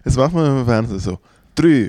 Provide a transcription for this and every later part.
Jetzt machen wir im Fernsehen so. 3.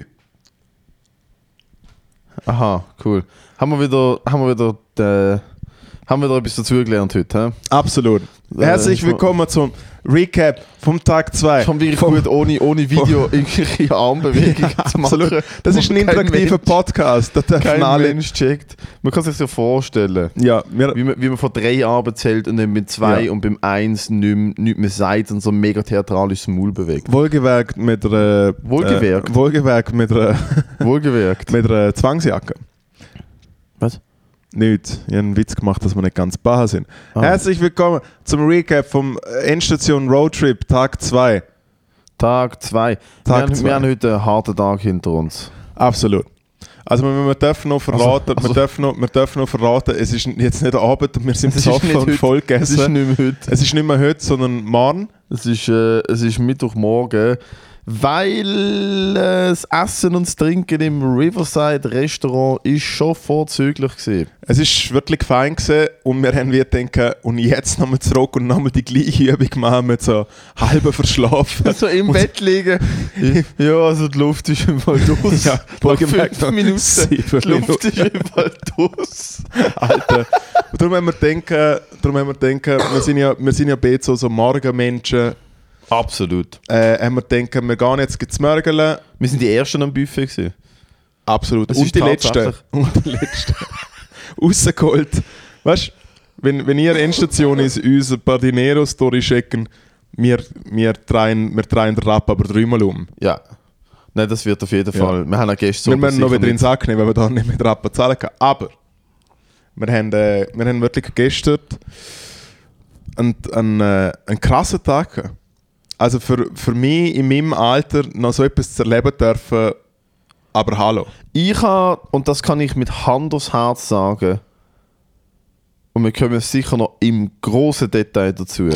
Aha, cool. Haben wir wieder etwas dazugelernt heute? He? Absolut. Herzlich willkommen zum Recap vom Tag 2. Schon wirklich gut, ohne Video irgendwelche Armbewegungen zu machen. Absolut. Das ist ein interaktiver Podcast. Da dürfen Kein alle... Mensch checkt. Man kann sich so vorstellen, Ja, wie man von 3 Armen zählt und dann mit 2 Ja. und beim 1 nichts mehr sagt und so ein mega theatralisches Maul bewegt. Wohlgewerkt mit einer... Wohlgewerkt? Wohlgewerkt mit einer... Wohlgewerkt. mit einer Zwangsjacke. Was? Nicht. Ich habe einen Witz gemacht, dass wir nicht ganz bar sind. Ah. Herzlich willkommen zum Recap vom Endstation Roadtrip Tag 2. Tag 2. Wir haben heute einen harten Tag hinter uns. Absolut. Also wir dürfen noch verraten, wir dürfen noch verraten, es ist jetzt nicht Abend und wir sind besoffen und voll Es ist gegessen. nicht mehr heute. Es ist nicht mehr heute, sondern morgen. Es ist Mittwochmorgen, weil das Essen und das Trinken im Riverside Restaurant ist schon vorzüglich gewesen. Es ist wirklich fein gewesen und wir haben gedacht, und jetzt nochmal zurück und nochmal die gleiche Übung machen mit so halben Verschlafen. So im Bett liegen. Ja, also die Luft ist im Fall durch. Ja, Nach wohlgemerkt 5 Minuten. 7 Die Luft ist im Fall durch. Alter. Und darum haben wir gedacht, wir sind ja beide so Morgenmenschen. Absolut. Haben wir gedacht, wir gehen jetzt zmörgeln. Wir sind die Ersten am Buffet gewesen. Absolut. Das Und ist die Letzten. tatsächlich- Und die Letzten. Rausgeholt. Weißt du, wenn ihr Endstation ist, uns ein paar Dineros durchschicken, wir drehen den Rapp aber 3-mal um. Ja. Nein, das wird auf jeden Ja. Fall. Wir haben auch gestern Wir müssen noch sicher wieder in den nicht- Sack nehmen, weil wir da nicht mit Rappen zahlen können. Aber wir haben wirklich gestern einen krassen Tag gehabt. Also für mich in meinem Alter noch so etwas zu erleben dürfen, aber hallo. Ich habe, und das kann ich mit Hand aufs Herz sagen, und wir kommen sicher noch im grossen Detail dazu.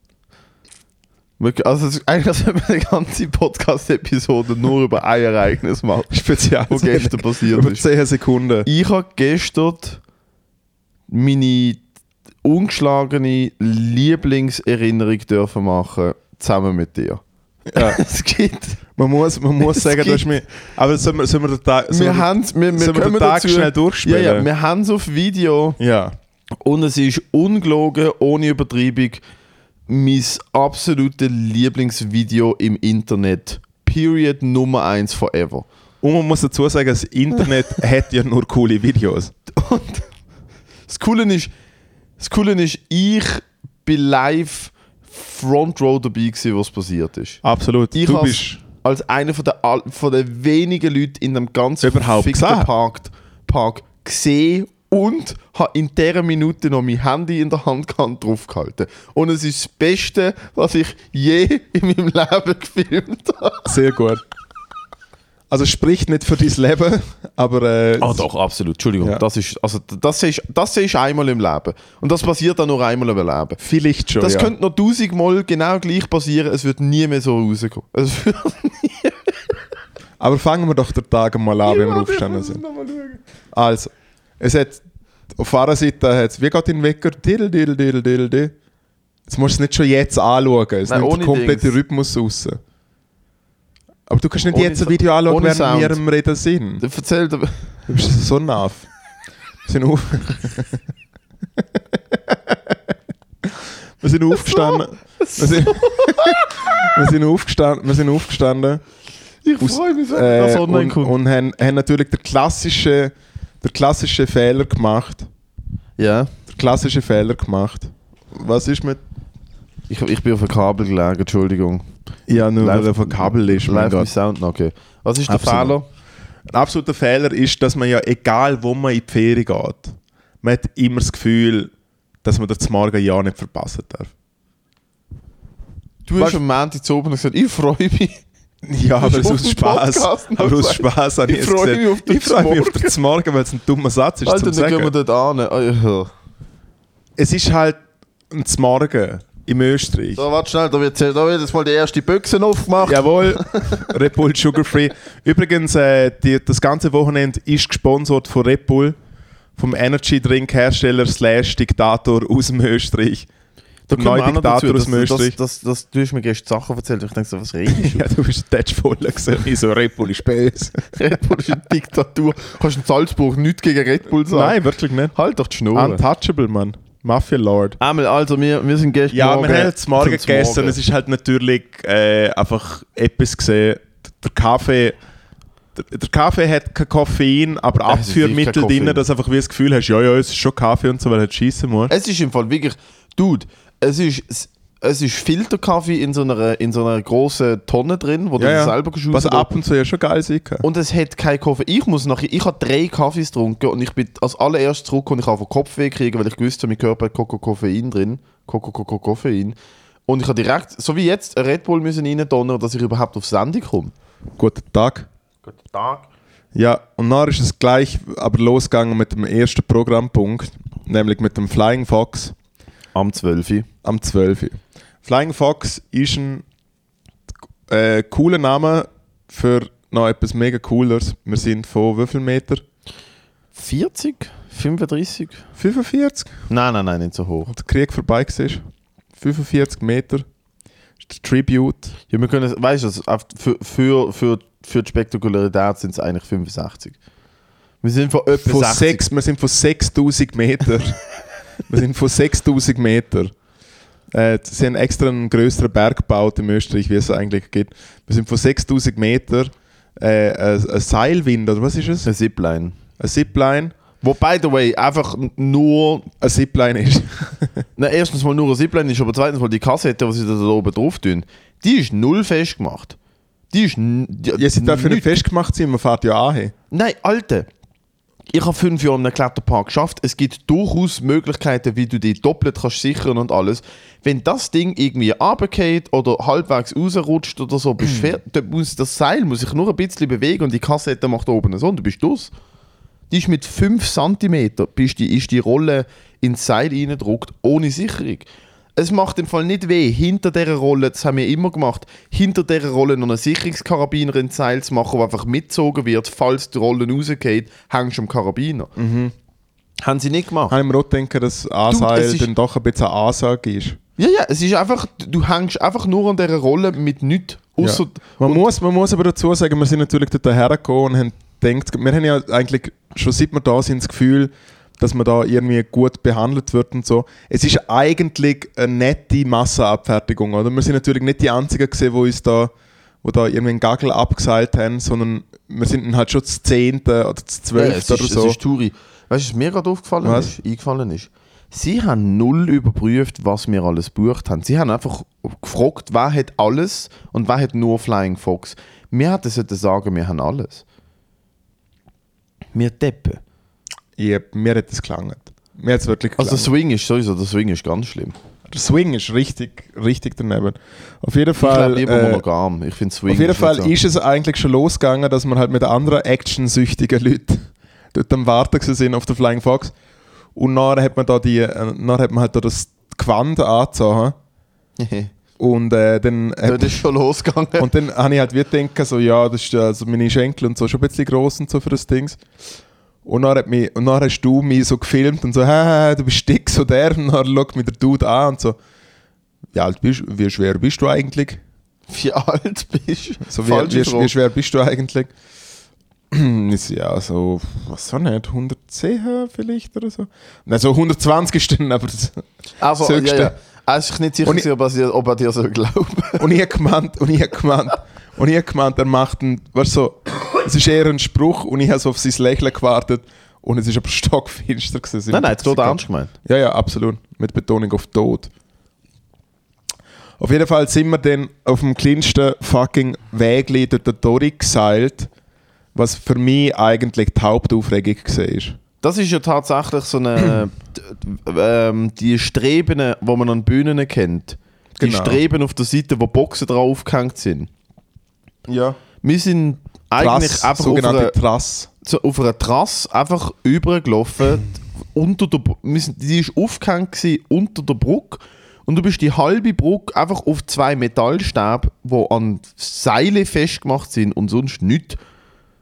Also eigentlich sollten wir eine ganze Podcast-Episode nur über ein Ereignis machen, Speziell. was gestern passiert Über ist. 10 Sekunden. Ich habe gestern meine ungeschlagene Lieblingserinnerung dürfen machen, zusammen mit dir. Ja. Es gibt... Man muss sagen, du hast mich... Aber sollen wir den Tag, Wir den Tag schnell durchspielen? Ja, wir haben es auf Video. Ja. Und es ist ungelogen, ohne Übertreibung, mein absolutes Lieblingsvideo im Internet. Period Nummer 1 forever. Und man muss dazu sagen, das Internet hat ja nur coole Videos. Und das Coole ist, ich bin live Front Row dabei gewesen, was passiert ist. Absolut. Ich Du has bist... als einer von der wenigen Leute in dem ganzen Überhaupt verfickten gesehen. Park gesehen und habe in dieser Minute noch mein Handy in der Hand draufgehalten. Und es ist das Beste, was ich je in meinem Leben gefilmt habe. Sehr gut. Also spricht nicht für dein Leben, aber... Ah doch, absolut. Entschuldigung. Ja. Das ist einmal im Leben. Und das passiert dann nur einmal im Leben. Vielleicht schon, Das ja. könnte noch 1000 Mal genau gleich passieren, es wird nie mehr so rauskommen. Es wird Aber fangen wir doch den Tag mal an, wenn wir aufgestanden sind. Also, es hat... Auf Fahrerseite hat es... Wie geht dein Wecker? Diddle, diddle, diddle, diddle, diddle. Jetzt musst du es nicht schon jetzt anschauen. Es Nein, nimmt ohne den kompletten Dings. Rhythmus raus. Aber du kannst nicht Ohne jetzt ein Video anschauen, ohne während Sound. wir am Reden sind. Erzähl dir. Du bist so naff. Wir sind auf... Wir sind aufgestanden. Wir sind aufgestanden. Ich freue mich so. Das online kommt. und haben natürlich den klassischen Fehler gemacht. Ja. Der klassische Fehler gemacht. Was ist mit... Ich bin auf ein Kabel gelegen, Entschuldigung. Ja, nur Live- weil er von Kabel ist. Mein Live mit Gott. Sound noch, okay. Was ist der Absolut. Fehler? Ein absoluter Fehler ist, dass man ja, egal wo man in die Ferien geht, man hat immer das Gefühl, dass man das Morgen ja nicht verpassen darf. Du hast am Montag zu oben gesagt, ich freue mich. Ja, aber hast aus auf dem Spaß. Podcast noch Aber aus gesagt, Spaß habe ich ich jetzt freue gesagt, mich auf den ich freue mich auf Morgen. den Morgen, weil es ein dummer Satz ist Alter, zum dann gehen wir Sagen. dort an. Oh, ja. Es ist halt ein Morgen im Österreich. So, warte schnell, da wird jetzt mal die erste Büchse aufgemacht. Jawohl, Red Bull Sugar Free. Übrigens, das ganze Wochenende ist gesponsert von Red Bull, vom Energy Drink Hersteller / Diktator aus dem Österreich. Der neue Diktator aus Österreich. Du hast mir gestern Sachen erzählt und ich denke so, was redest du? Ja, du bist ein voll gesehen. Ich so, Red Bull ist böse. Red Bull ist eine Diktatur. Kannst du in Salzburg nichts gegen Red Bull sagen? Nein, wirklich nicht. Halt doch die Schnur. Untouchable, Mann. Mafia Lord. Einmal, also wir sind gestern Ja, wir haben jetzt morgen gegessen und es ist halt natürlich einfach etwas gesehen. Der Kaffee hat kein Koffein, aber Abführmittel drin, dass du einfach wie das Gefühl hast, ja, es ist schon Kaffee und so, weil du halt schiessen musst. Es ist im Fall wirklich, Dude, es ist Filterkaffee in so einer grossen Tonne drin, wo du selber geschüttet hast. Was ab und zu ja schon geil sein kann. Und es hat keinen Koffein. Ich habe 3 Kaffees getrunken und ich bin als allererstes zurück und ich habe Kopfweh kriegen, weil ich gewusst habe, mein Körper hat Koffein drin. Koffein. Und ich habe direkt, so wie jetzt, ein Red Bull müssen reindonnern, dass ich überhaupt auf Sendung komme. Guten Tag. Guten Tag. Ja, und dann ist es gleich aber losgegangen mit dem ersten Programmpunkt, nämlich mit dem Flying Fox. Am 12. Flying Fox ist ein cooler Name für noch etwas mega Cooleres. Wir sind von wie viel Meter? 40? 35? 45? Nein, nicht so hoch. Und der Krieg vorbei war. 45 Meter. Das ist der Tribute. Ja, wir können, weißt du, für die Spektakularität sind es eigentlich 65. Wir sind von etwa 60. Wir sind von 6000 Meter. Wir sind von 6000 Meter. Sie haben extra einen grösseren Berg gebaut in Österreich, wie es eigentlich gibt. Wir sind von 6000 Meter ein Seilwind, oder was ist es? Eine Zipline. Eine Zipline. Wo, by the way, einfach nur eine Zipline ist. Na, erstens mal nur eine Zipline ist, aber zweitens mal die Kassette, die sie da oben drauf tun, die ist null festgemacht. Die ist... Ja, sie darf nicht festgemacht sein, man fährt ja an. Nein, Alter. Ich habe 5 Jahre in einem Kletterpark geschafft. Es gibt durchaus Möglichkeiten, wie du die doppelt kannst sichern und alles. Wenn das Ding irgendwie runterfällt oder halbwegs rausrutscht oder so, das Seil muss sich nur ein bisschen bewegen und die Kassette macht oben so und du bist durch. Die ist mit 5 cm ist die Rolle ins Seil reingedruckt, ohne Sicherung. Es macht im Fall nicht weh, hinter dieser Rolle, das haben wir immer gemacht, hinter dieser Rolle noch einen Sicherungskarabiner ins Seil zu machen, der einfach mitgezogen wird, falls die Rolle rausgeht, hängst du am Karabiner. Mhm. Haben sie nicht gemacht. Ich habe auch gedacht, dass A-Seil dann doch ein bisschen eine Ansage ist. Ja, es ist einfach, du hängst einfach nur an dieser Rolle mit nichts. Ja. Man muss aber dazu sagen, wir sind natürlich dort hergekommen und haben gedacht, wir haben ja eigentlich schon seit wir da sind das Gefühl, dass man da irgendwie gut behandelt wird und so. Es ist eigentlich eine nette Massenabfertigung, oder? Wir sind natürlich nicht die Einzigen gewesen, wo da irgendwie einen Gagel abgeseilt haben, sondern wir sind halt schon das 10. oder das 12. oder so. Es ist Touri. Weißt du, was mir gerade eingefallen ist? Sie haben null überprüft, was wir alles gebucht haben. Sie haben einfach gefragt, wer hat alles und wer hat nur Flying Fox. Wir hätten sagen, wir haben alles. Wir deppen. Ja, mir hat es gelangt. Mir hat es wirklich gelangt. Also der Swing ist ganz schlimm. Der Swing ist richtig daneben. Auf jeden Fall... Ich glaube lieber monogam. Ich finde Swing... Auf jeden Fall ist es eigentlich schon losgegangen, dass man halt mit anderen actionsüchtigen Leuten dort am Warten sind auf der Flying Fox. Und dann hat man halt da das Gewand angezogen. Und dann... Das ist schon losgegangen. Und dann habe ich halt wie gedacht, so, ja, das ist also meine Schenkel und so schon ein bisschen gross und so für das Ding. Und dann hast du mich so gefilmt und so, du bist dick, so der. Und dann schaut mich der Dude an und so, wie schwer bist du eigentlich? Wie alt bist du? So, wie schwer bist du eigentlich? Ja, so, was soll nicht, 110 vielleicht oder so? Nein, so 120 ist dann aber das also, ja. Er ist nicht sicher, ob er dir so glaubt. Und ich habe gemeint, er macht einen, weißt du, so, es ist eher ein Spruch und ich habe so auf sein Lächeln gewartet und es ist aber stockfinster gewesen. Nein, Tod ernst gemeint. Ja, absolut. Mit Betonung auf Tod. Auf jeden Fall sind wir dann auf dem kleinsten fucking Wägli durch den Tori geseilt, was für mich eigentlich die Hauptaufregung war. Das ist ja tatsächlich so eine die Streben, die man an Bühnen kennt. Die Streben auf der Seite, wo Boxen drauf aufgehängt sind. Ja. Wir sind eigentlich einfach auf einer Trasse einfach übergelaufen. Die war aufgehängt unter der Brücke. Und du bist die halbe Brücke einfach auf 2 Metallstäbe, die an Seile festgemacht sind und sonst nichts.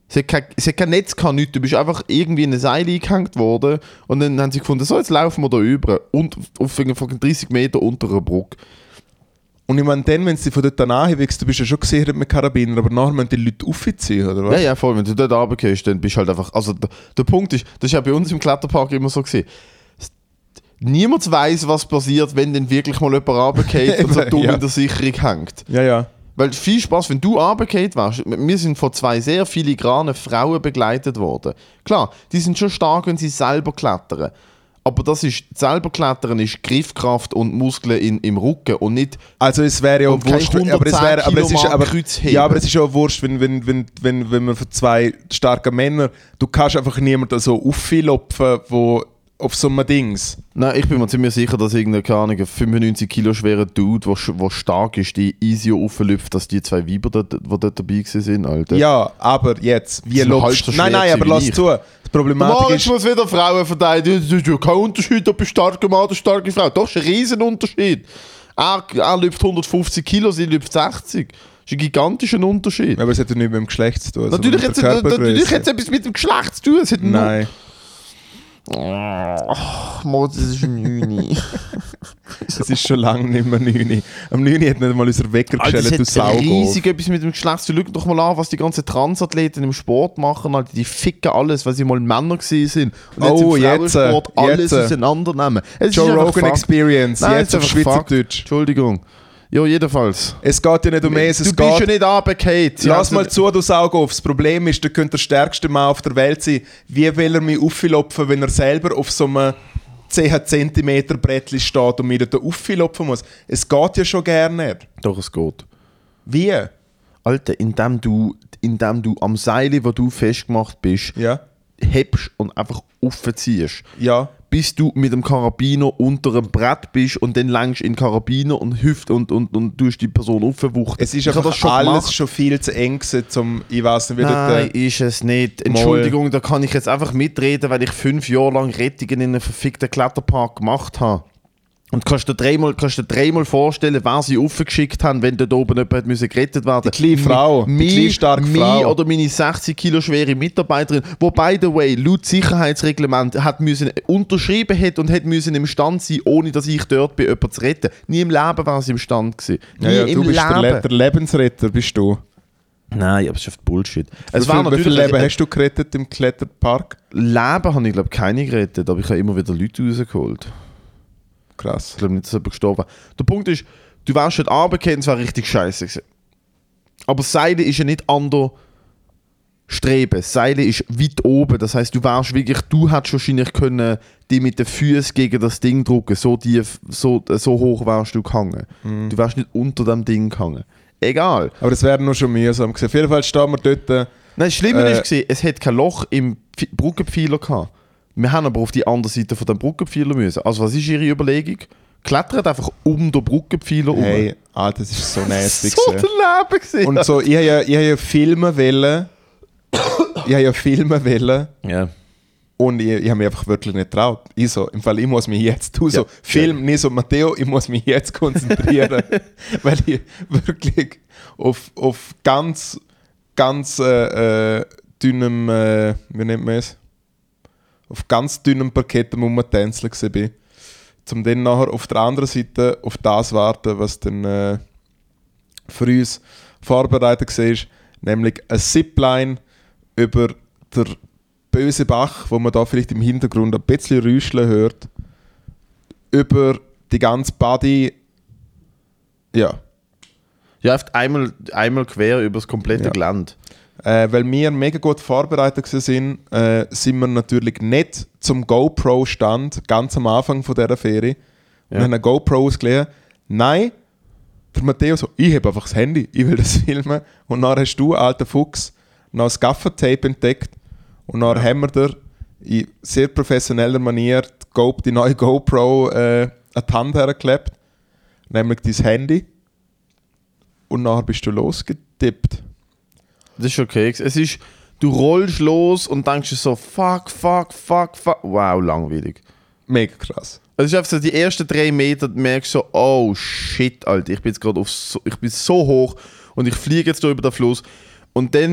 Sie hat kein Netz, nichts. Du bist einfach irgendwie in ein Seil eingehängt worden und dann haben sie gefunden, so, jetzt laufen wir da über und auf 30 Meter unter einer Brücke. Und ich meine, dann, wenn sie von dort anhebst, du bist ja schon gesichert mit Karabiner, aber nachher müssen die Leute aufziehen, oder was? Ja, voll. Wenn du dort runtergehst, dann bist du halt einfach... Also der Punkt ist, das ist ja bei uns im Kletterpark immer so gewesen. Niemand weiss, was passiert, wenn dann wirklich mal jemand runtergeht und so dumm in der Sicherung hängt. Ja. Weil viel Spaß, wenn du runtergehst warst, wir sind von 2 sehr filigranen Frauen begleitet worden. Klar, die sind schon stark, wenn sie selber klettern. Aber selber klettern ist Griffkraft und Muskeln im Rücken und nicht... Also es wäre ja auch wurscht, aber es ist auch wurscht, wenn man von 2 starken Männern, du kannst einfach niemanden so auflopfen, wo auf so einem Dings. Nein, ich bin mir ziemlich sicher, dass irgendein 95 Kilo schwerer Dude, der stark ist, die easy auflüpft, dass die 2 Weiber, die dort dabei sind, Alter. Ja, aber jetzt, wie lobst du? Nein, aber lass zu. Die Problematik ist... muss wieder Frauen verteidigen. Das ist ja kein Unterschied, ob ein starker Mann oder starke Frau. Doch, ist ein Riesenunterschied. Er lüpft 150 Kilo, sie lüpft 60. Das ist ein gigantischer Unterschied. Aber es hat ja nichts mit dem Geschlecht zu tun. Natürlich hat es etwas mit dem Geschlecht zu tun. Nein. Das ist 9. Es ist schon lange nicht mehr 9. Am 9 hat nicht mal unser Wecker gestellt, du Sau. Das hat riesig etwas mit dem Geschlecht zu tun. Schau doch mal an, was die ganzen Transathleten im Sport machen. Alter. Die ficken alles, weil sie mal Männer gewesen sind. Und jetzt im Frauensport alles auseinandernehmen. Joe Rogan Experience, nein, jetzt auf Schweizerdeutsch. Entschuldigung. Ja, jedenfalls. Es geht ja nicht um es. Du bist ja nicht runtergefallen. Lass mal zu, du Saugauf. Das Problem ist, der könnte der stärkste Mann auf der Welt sein. Wie will er mich auflopfen, wenn er selber auf so einem 10 cm Brettchen steht und mich da auflopfen muss? Es geht ja schon gerne. Doch, es geht. Wie? Alter, indem du am Seil, wo du festgemacht bist, hebst und einfach aufziehst. Ja. Bis du mit dem Karabiner unter einem Brett bist und dann längst in den Karabiner und hüft und tust die Person aufwuchten. Es ist einfach schon alles schon viel zu eng zum, ich weiss nicht, wie Nein, ist es nicht. Entschuldigung, da kann ich jetzt einfach mitreden, weil ich 5 Jahre lang Rettungen in einem verfickten Kletterpark gemacht habe. Und kannst du dir dreimal vorstellen, wer sie aufgeschickt haben, wenn dort oben jemand gerettet werden musste? Die kleine Frau, die kleine starke Frau. Oder meine 60 Kilo schwere Mitarbeiterin, die, by the way, laut Sicherheitsreglement hat müssen unterschrieben hat und hat müssen im Stand sein, ohne dass ich dort bin, jemanden zu retten. Nie im Leben war sie im Stand gewesen. Du bist der Lebensretter, bist du. Nein, aber das ist oft Bullshit. Wie viel Leben hast du gerettet im Kletterpark? Leben habe ich, glaube ich, keine gerettet, aber ich habe immer wieder Leute rausgeholt. Krass. Ich glaube nicht, dass jemand gestorben ist. Der Punkt ist, du wärst heute runtergefallen, es wäre richtig scheiße gewesen. Aber Seile ist ja nicht an der Strebe. Seile ist weit oben. Das heisst, du hättest wahrscheinlich können die mit den Füßen gegen das Ding drücken. So hoch wärst du gehangen. Du wärst nicht unter dem Ding gehangen. Egal. Aber es wäre nur schon mühsam gewesen. Auf jeden Fall stehen wir dort. Nein, das Schlimme war, es hat kein Loch im Brückenpfeiler gehabt. Wir haben aber auf die andere Seite von dem Brückenpfeiler müssen. Also was ist Ihre Überlegung? Klettert einfach um den Brückenpfeiler rum. Hey, Alter, das ist so nasty. So daneben gewesen. Und so, ich habe ja filmen wollen. Ja. Und ich habe mich einfach wirklich nicht getraut. Ich so, im Fall, ich muss mich jetzt, Film, nicht so, Matteo, ich muss mich jetzt konzentrieren. Weil ich wirklich auf ganz dünnem, wie nennt man es? Auf ganz dünnem Parkett am Rumtänzeln war. Um dann nachher auf der anderen Seite auf das warten, was dann für uns vorbereitet war, nämlich eine Zipline über der böse Bach, wo man da vielleicht im Hintergrund ein bisschen Räuscheln hört, über die ganze Body, ja. Ja, einmal quer über das komplette Gelände. Weil wir mega gut vorbereitet sind, sind wir natürlich nicht zum GoPro-Stand ganz am Anfang von dieser Ferie und haben eine GoPro ausgeliehen. Nein, der Matteo so, ich habe einfach das Handy, ich will das filmen. Und dann hast du, alter Fuchs, noch das Gaffer-Tape entdeckt und dann haben wir dir in sehr professioneller Manier die neue GoPro an die Hand hergeklebt, nämlich dein Handy. Und nachher bist du losgetippt. Das ist okay. Es ist, du rollst los und denkst so, fuck. Wow, langweilig. Mega krass. Es ist einfach so, die ersten 3 Meter merkst du so, oh shit, Alter, ich bin jetzt gerade ich bin so hoch und ich fliege jetzt da über den Fluss. Und dann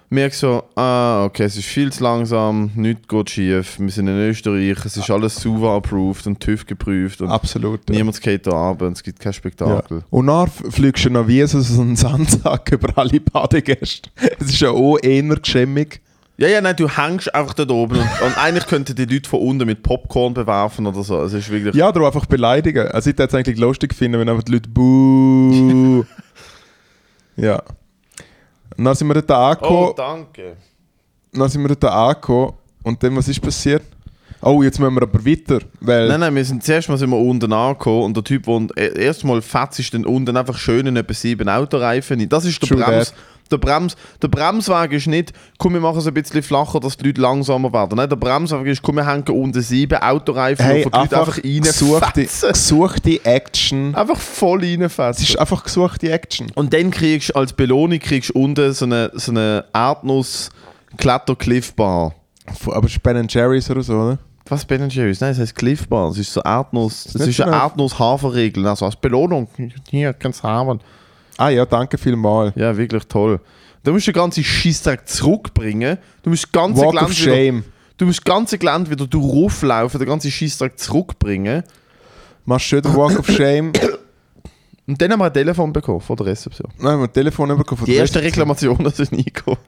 merke so, okay, es ist viel zu langsam, nichts geht schief, wir sind in Österreich, es ist alles SUVA-approved und TÜV geprüft und absolut. niemand geht da runter und es gibt kein Spektakel. Ja. Und dann fliegst du noch wie so einen Sandsack über alle Badegäste. Es ist ja auch eher geschämmig. Ja, nein, du hängst einfach dort oben und eigentlich könnten die Leute von unten mit Popcorn bewerfen oder so. Es ist wirklich... Ja, oder einfach beleidigen. Also ich würde es eigentlich lustig finden, wenn einfach die Leute buh. Ja. Und dann sind wir dort angekommen. Oh, danke. Dann sind wir dort angekommen und dann, was ist passiert? Oh, jetzt müssen wir aber weiter, weil... Nein, zuerst mal sind wir unten angekommen und der Typ wohnt erstmal fetzt ist dann unten einfach schön in etwa 7 Autoreifen. Das ist der Brems. Der Bremsweg ist nicht, komm, wir machen es ein bisschen flacher, dass die Leute langsamer werden. Nein, der Bremsweg ist, komm, wir hängen unten 7 Autoreifen hey, und die Leute einfach reinfetzen. Gesuchte Action. Einfach voll reinfetzen. Es ist einfach gesuchte Action. Und dann kriegst du als Belohnung unten so eine Erdnuss-Kletter-Cliff-Bar. Aber es ist Ben Jerry's oder so, oder? Was Ben Jerry's? Nein, das heißt Cliff Bar. Das ist so Erdnuss. Das ist eine Erdnuss-Haferregel. Also als Belohnung. Hier, kannst du haben. Ah ja, danke vielmals. Ja, wirklich toll. Du musst den ganzen Scheissdreck zurückbringen. Du musst das ganze Walk of Shame. Du musst das ganze Gelände wieder durchlaufen, den ganzen Scheissdreck zurückbringen. Machst schön den Walk of Shame. Und dann haben wir ein Telefon bekommen von der Rezeption. Nein, wir haben ein Telefon bekommen von der Rezeption. Die ersten Reklamationen sind eingekommen.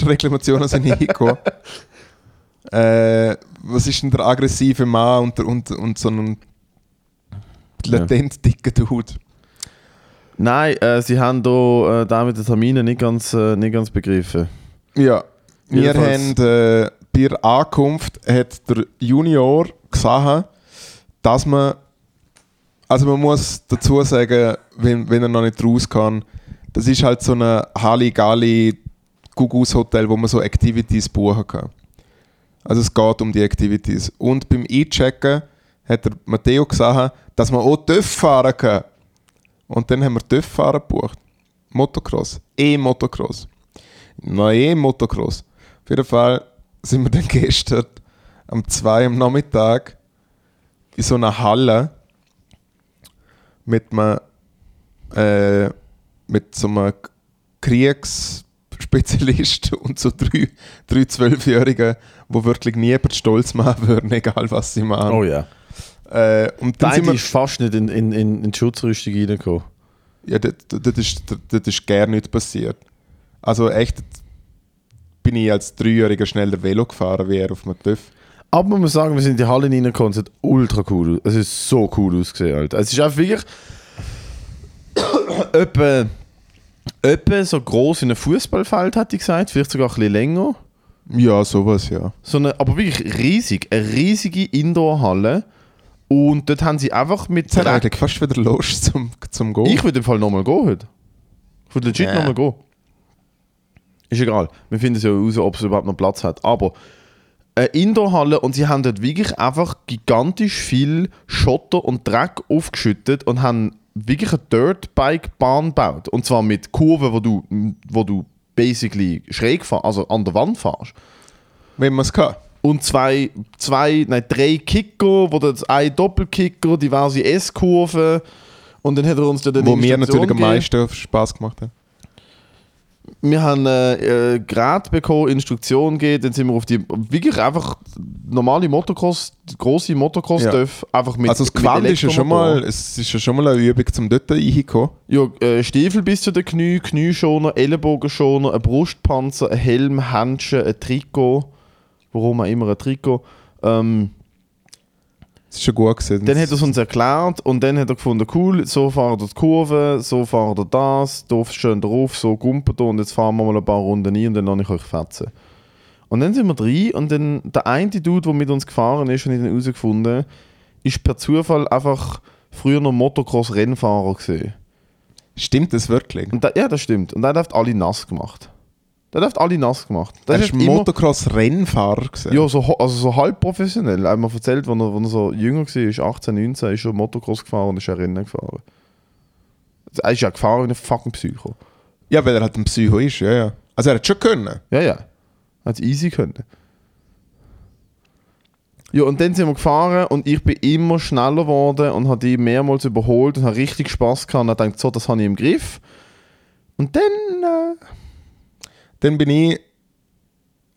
Was ist denn der aggressive Mann und so ein latent dicker Dude? Nein, sie haben da mit den Terminen nicht ganz begriffen. Ja, Jedenfalls. wir haben bei der Ankunft hat der Junior gesagt, dass man muss dazu sagen, wenn er noch nicht raus kann, das ist halt so ein Halligalli-Gugus-Hotel, wo man so Activities buchen kann. Also es geht um die Activities. Und beim Einchecken hat der Matteo gesagt, dass man auch TÜV fahren kann. Und dann haben wir TÜV fahren gebucht. Motocross. E-Motocross. E-Motocross. Auf jeden Fall sind wir dann gestern um 2 am Nachmittag in so einer Halle mit so einem Kriegsspezialist und so drei 12-Jährigen, die wirklich niemand stolz machen würden, egal was sie machen. Oh ja. Und dann sind wir ist fast nicht in die Schutzrüstung reingekommen. Ja, das ist gar nicht passiert. Also echt bin ich als 3-Jähriger schneller Velo gefahren, wie er auf dem TÜV. Aber man muss sagen, wir sind in die Halle reingekommen, es hat ultra cool aus. Es ist so cool ausgesehen, Alter. Es ist einfach wirklich etwa so groß wie ein Fußballfeld, hätte ich gesagt, vielleicht sogar ein bisschen länger. Ja, sowas, ja. Aber wirklich riesig, eine riesige Indoor-Halle. Und dort haben sie einfach mit... Jetzt hat er fast wieder Lust zum Gehen. Ich würde im Fall nochmal gehen heute. Ich würde legit nochmal gehen. Ist egal. Wir finden es ja raus, ob es überhaupt noch Platz hat. Aber eine Indoor-Halle und sie haben dort wirklich einfach gigantisch viel Schotter und Dreck aufgeschüttet und haben wirklich eine Dirtbike-Bahn gebaut. Und zwar mit Kurven, wo du basically schräg fahrst, also an der Wand fahrst. Wenn man es kann. Und 3 Kicker, wo das ein Doppelkicker, diverse S-Kurven. Und dann hat er uns dann wo mir natürlich am meisten Spaß gemacht hat. Wir haben Gerät bekommen, Instruktionen gegeben, dann sind wir auf die wirklich einfach normale Motocross, grosse Motocross-Dörf, einfach mit. Also das Quali ist ja schon mal eine Übung zum dort reinkommen. Ja, Stiefel bis zu den Knie, Knieschoner, Ellenbogenschoner, ein Brustpanzer, ein Helm, Handschuhe, ein Trikot. Warum auch immer ein Trikot. Das ist schon gut gewesen. Dann hat er es uns erklärt und dann hat er gefunden, cool, so fahren wir die Kurve, so fahren wir das, da schön drauf, so gumpert und jetzt fahren wir mal ein paar Runden rein und dann lasse ich euch fetzen. Und dann sind wir rein und dann der eine Dude, der mit uns gefahren ist, und ich dann herausgefunden, ist per Zufall einfach früher noch Motocross-Rennfahrer gewesen. Stimmt das wirklich? Und ja, das stimmt. Und der hat alle nass gemacht. Er hat Er ist Motocross-Rennfahrer gewesen. Ja, so halb professionell. Er hat mir erzählt, als er so jünger war, 18, 19, ist er Motocross gefahren und ist ein Rennen gefahren. Also er ist ja gefahren wie ein fucking Psycho. Ja, weil er halt ein Psycho ist, ja. Also er hat schon können. Ja. Er hat es easy können. Ja, und dann sind wir gefahren und ich bin immer schneller geworden und habe die mehrmals überholt und habe richtig Spass gehabt und habe gedacht, so, das habe ich im Griff. Und dann bin ich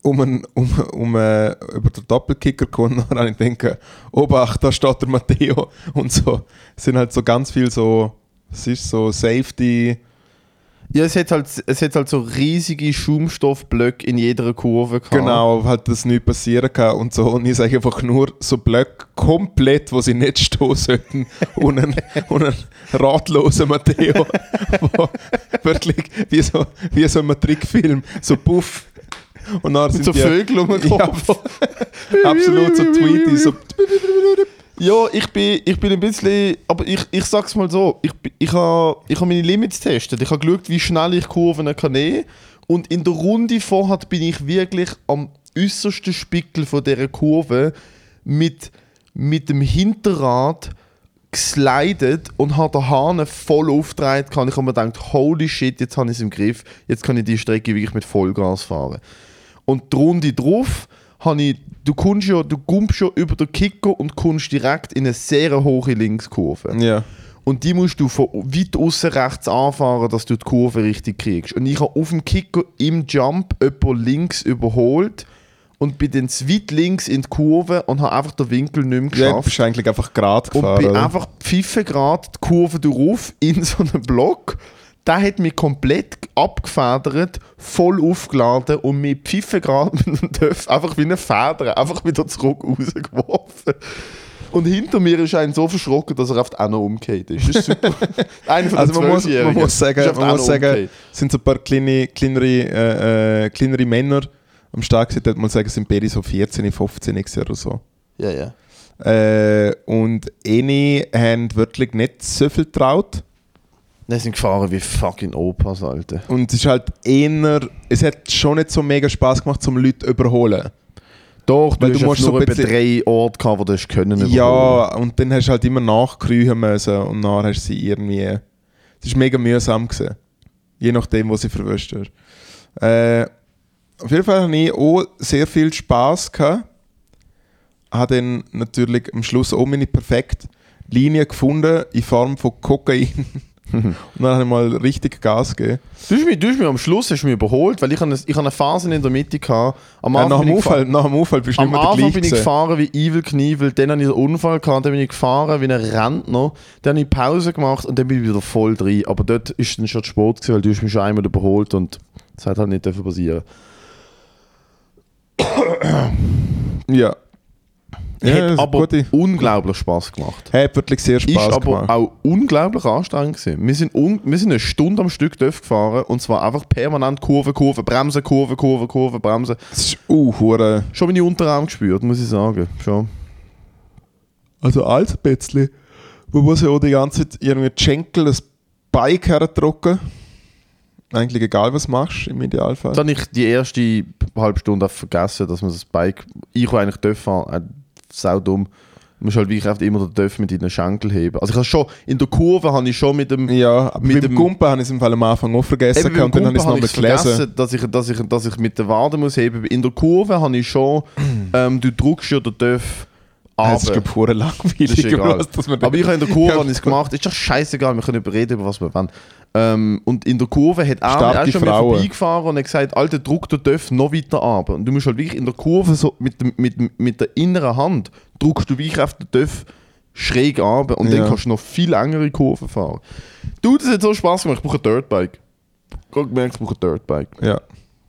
über den Doppelkicker gekommen und dann habe ich gedacht, Obacht, da steht der Matteo und so. Es sind halt so ganz viel so, es ist so Safety. Ja, es hat halt so riesige Schaumstoffblöcke in jeder Kurve gehabt. Genau, halt das nicht passieren kann und so. Und ich sage einfach nur so Blöcke komplett, wo sie nicht stehen sollten. und ein ratloser Matteo, der wirklich wie so ein Trickfilm, so puff. Und dann sind so Vögel um den Kopf. Ja, absolut so Tweety, so. Ja, ich bin ein bisschen, aber ich sag's mal so, ich habe meine Limits getestet. Ich habe geschaut, wie schnell ich Kurven kann nehmen. Und in der Runde vorher bin ich wirklich am äußersten Spickel von dieser Kurve mit dem Hinterrad geslidet und habe den Hahn voll aufgedreht. Ich habe mir gedacht, holy shit, jetzt habe ich es im Griff. Jetzt kann ich die Strecke wirklich mit Vollgas fahren. Und die Runde drauf du kommst schon über den Kicker und kommst direkt in eine sehr hohe Linkskurve. Ja. Und die musst du von weit außen rechts anfahren, dass du die Kurve richtig kriegst. Und ich habe auf dem Kicker im Jump jemanden links überholt und bin dann zu weit links in die Kurve und habe einfach den Winkel nicht mehr geschafft. Ja, du bist eigentlich einfach gerade gefahren. Und bin einfach pfiffengrad die Kurve drauf in so einen Block. Der hat mich komplett abgefedert, voll aufgeladen und mich pfiffengrad mit dem Töpf einfach wie eine Feder einfach wieder zurück rausgeworfen. Und hinter mir ist einer so verschrocken, dass er oft auch noch umgekehrt ist. Das ist super. Einer von den 12-Jährigen. Man muss sagen, es sind so ein paar kleinere Männer am Start gewesen, man sagen, es sind beide so 14, 15 oder so. Ja, ja. Und einige haben wirklich nicht so viel getraut. Die sind gefahren wie fucking Opas, Alter. Und es ist halt es hat schon nicht so mega Spaß gemacht, um Leute zu überholen. Doch, weil du musst nur so etwa 3 Orte gehabt, wo du können überholen. Ja, und dann hast du halt immer nachkriechen müssen und dann hast du sie irgendwie... Es war mega mühsam gewesen. Je nachdem, was sie verwischt hast. Auf jeden Fall hatte ich auch sehr viel Spass gehabt. Habe dann natürlich am Schluss auch meine perfekte Linie gefunden in Form von Kokain. Und dann habe ich mal richtig Gas gegeben. Du hast mich am Schluss überholt, weil ich eine Phase in der Mitte hatte. Nach dem Unfall bist du nicht mehr der Gleiche. Am Anfang bin ich gefahren wie Evil Knievel, dann hatte ich einen Unfall gehabt, dann bin ich gefahren wie ein Rentner, dann habe ich Pause gemacht und dann bin ich wieder voll drin. Aber dort ist dann schon Sport gewesen, weil du hast mich schon einmal überholt und das hat halt nicht passieren. Ja. Hat aber unglaublich Spass gemacht. Hat wirklich sehr Spass gemacht. Ist aber auch unglaublich anstrengend gewesen. Wir sind eine Stunde am Stück gefahren und zwar einfach permanent Kurve, bremsen, Kurve, bremsen. Das ist hure. Schon meine Unterarm gespürt, muss ich sagen. Schon. Also als ein bisschen. Man muss ja auch die ganze Zeit irgendwie die Schenkel, das Bike herdrücken. Eigentlich egal, was du machst, im Idealfall. Dann habe ich die erste halbe Stunde vergessen, dass man das Bike... Ich eigentlich fahren, sau dumm. Du musst halt wirklich immer den Döff mit deinen Schenkel heben. Also ich habe schon, in der Kurve habe ich schon mit dem... Ja, aber mit dem Gumpen habe ich es im Fall am Anfang auch vergessen und dann habe ich es nochmal gelesen. Dass ich mit der Wade muss heben. In der Kurve habe ich schon... du drückst ja den Döff ab. Das ist glaube ich pure langweilig. Das ist egal. Aber ich habe in der Kurve es gemacht. Ist doch scheißegal, wir können reden über was wir wollen. Und in der Kurve hat er schon mal vorbeigefahren und hat gesagt, Alter, druck den Döff noch weiter ab. Und du musst halt wirklich in der Kurve so mit der inneren Hand druckst du wirklich auf den Döff schräg ab und dann kannst du noch viel längere Kurven fahren. Du, das hat so Spaß gemacht, ich brauche ein Dirtbike. Ich habe gemerkt, ich brauche ein Dirtbike. Ja.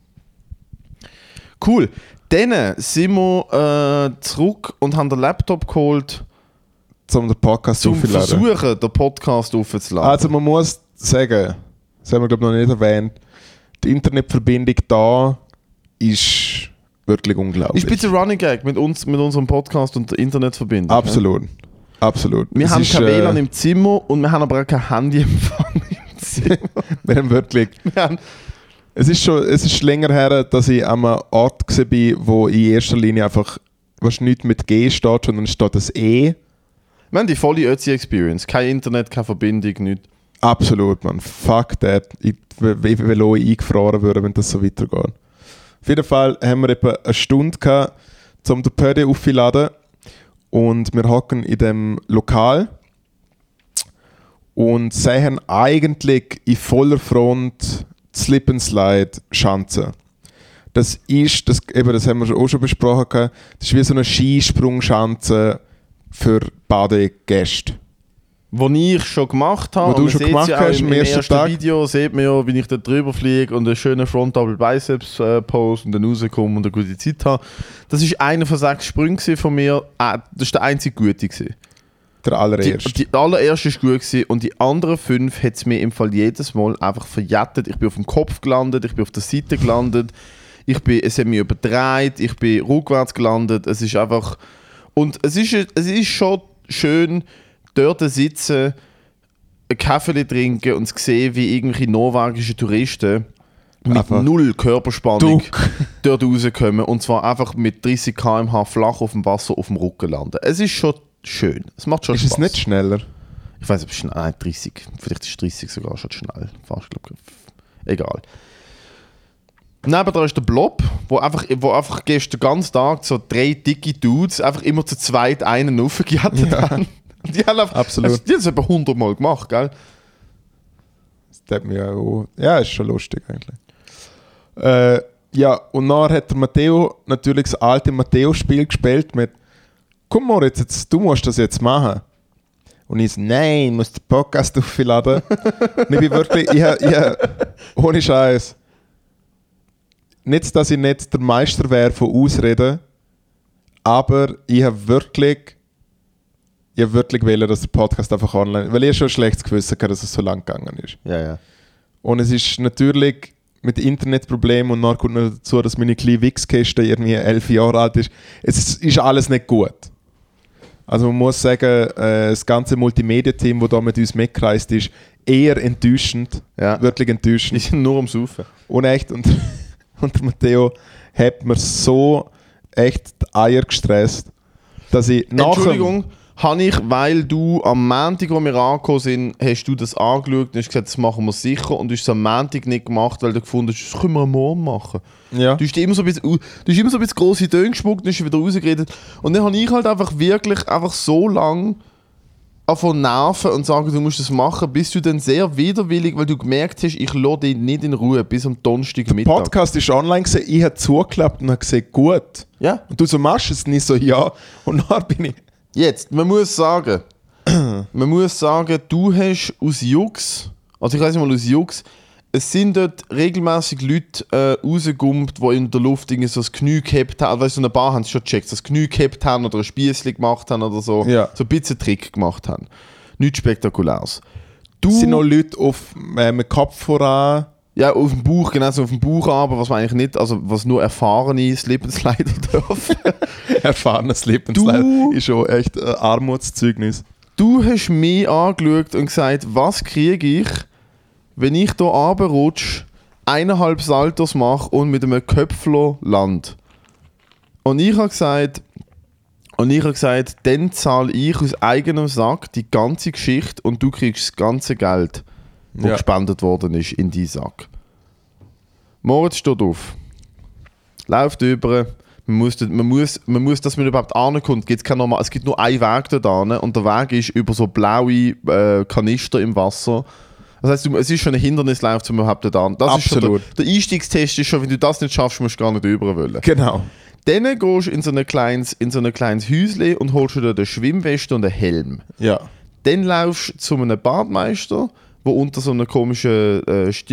Cool. Dann sind wir zurück und haben den Laptop geholt, um den Podcast aufzuladen. Zum Versuchen, den Podcast aufzuladen. Also man muss sagen, das haben wir glaube ich noch nicht erwähnt, die Internetverbindung da ist wirklich unglaublich. Ist ein bisschen Running Gag mit unserem Podcast und der Internetverbindung. Absolut. Ja? Absolut. Wir haben kein WLAN im Zimmer und wir haben aber auch kein Handyempfang im Zimmer. Wir haben wirklich... Es ist länger her, dass ich an einem Ort war, wo in erster Linie einfach nicht mit G steht, sondern steht das E. Wir haben die volle Ötzi-Experience. Kein Internet, keine Verbindung, nichts. Absolut, man. Fuck that. Ich will auch eingefroren werden, wenn das so weitergeht. Auf jeden Fall haben wir etwa eine Stunde gehabt, um den Pödi aufzuladen. Und wir hocken in dem Lokal und sehen eigentlich in voller Front Slip and Slide Schanze. das haben wir auch schon besprochen, das ist wie so eine Skisprungschanze für Badegäste. Wo ich schon gemacht habe, wo du schon gemacht hast, im ersten Video sieht man ja, wie ich da drüber fliege und einen schönen Front-Double Biceps pose und dann rauskomme und eine gute Zeit habe. Das war einer von 6 Sprüngen von mir. Das war der einzige gute. Der allererste. Die allererste war gut gewesen, und die anderen 5 hat es mir im Fall jedes Mal einfach verjettet. Ich bin auf dem Kopf gelandet, ich bin auf der Seite gelandet, es hat mich überdreht, ich bin rückwärts gelandet. Es ist einfach... Und es ist schon schön, dort sitzen, einen Kaffee trinken und zu sehen, wie irgendwelche norwegische Touristen mit einfach 0 Körperspannung dort rauskommen und zwar einfach mit 30 km/h flach auf dem Wasser auf dem Rücken landen. Es ist schon schön. Es macht schon Spaß. Ist es nicht schneller? Ich weiß, ob es schnell... Nein, 30. Vielleicht ist 30 sogar schon schnell. Fast, glaube ich. Egal. Nebendran ist der Blob, wo einfach gestern den ganzen Tag so 3 dicke Dudes einfach immer zu zweit einen aufgejattet haben. Die haben absolut. Die haben es etwa 100 Mal gemacht, gell? Das hat mich auch... Ja, ist schon lustig eigentlich. Ja, und dann hat der Matteo natürlich das alte Matteo-Spiel gespielt mit «Komm Moritz, du musst das jetzt machen.» Und ich so «Nein, ich muss den Podcast aufladen.» Und ich bin wirklich... ohne Scheiß. Nicht, dass ich nicht der Meister wäre von Ausreden, aber ich habe wirklich wollen, dass der Podcast einfach online... Weil ich schon ein schlechtes Gewissen hatte, dass es so lang gegangen ist. Ja. Und es ist natürlich mit Internetproblemen und dann kommt noch dazu, dass meine kleine Wichskiste irgendwie 11 Jahre alt ist. Es ist alles nicht gut. Also man muss sagen, das ganze Multimedia-Team, das da mit uns mitgereist ist, eher enttäuschend. Ja. Wirklich enttäuschend. Die sind nur am Saufen. Und echt, und der Matteo hat mir so echt die Eier gestresst, dass ich Entschuldigung, habe ich, weil du am Montag, wo wir angekommen sind, hast du das angeschaut und hast gesagt, das machen wir sicher, und du hast es am Montag nicht gemacht, weil du gefunden hast, das können wir am Morgen machen. Ja. Du hast immer so ein bisschen grosse Töne gespuckt und hast wieder rausgeredet. Und dann habe ich halt einfach so lange von nerven und sagen, du musst das machen, bis du dann sehr widerwillig, weil du gemerkt hast, ich lasse dich nicht in Ruhe bis am Donnerstagmittag. Der Podcast ist online gewesen, ich habe zugeklappt und habe gesagt, gut. Ja. Und du so machst es nicht so, ja. Und dann bin ich... Jetzt, man muss sagen, du hast aus Jux, also ich weiß nicht mal aus Jux, es sind dort regelmäßig Leute rausgekommen, die in der Luft so das Knie gehabt haben, weißt du, so eine Bar haben sie schon gecheckt, das Knie gehabt haben oder ein Spiessli gemacht haben oder so, ja. So ein bisschen Trick gemacht haben. Nichts Spektakuläres. Es sind noch Leute mit Kopf voran. Ja, auf dem Bauch, genau so auf dem Bauch, aber was man eigentlich nicht, also was nur erfahrene Slippenslider dürfen. Erfahrenes Slippenslider ist schon echt ein Armutszeugnis. Du hast mich angeschaut und gesagt, was kriege ich, wenn ich hier runterrutsche, 1,5 Saltos mache und mit einem Köpfler lande. Und ich habe gesagt, dann zahle ich aus eigenem Sack die ganze Geschichte und du kriegst das ganze Geld, das gespendet worden ist, in deinen Sack. Moritz steht auf, läuft über, man muss, dass man überhaupt ankommt, es gibt nur einen Weg dorthin und der Weg ist über so blaue Kanister im Wasser. Das heisst, es ist schon ein Hindernislauf, um überhaupt dorthin. Absolut. Der Einstiegstest ist schon, wenn du das nicht schaffst, musst du gar nicht rüber wollen. Genau. Dann gehst du in so ein kleines Häuschen und holst dir eine Schwimmweste und einen Helm. Ja. Dann laufst du zu einem Badmeister, der unter so einem komischen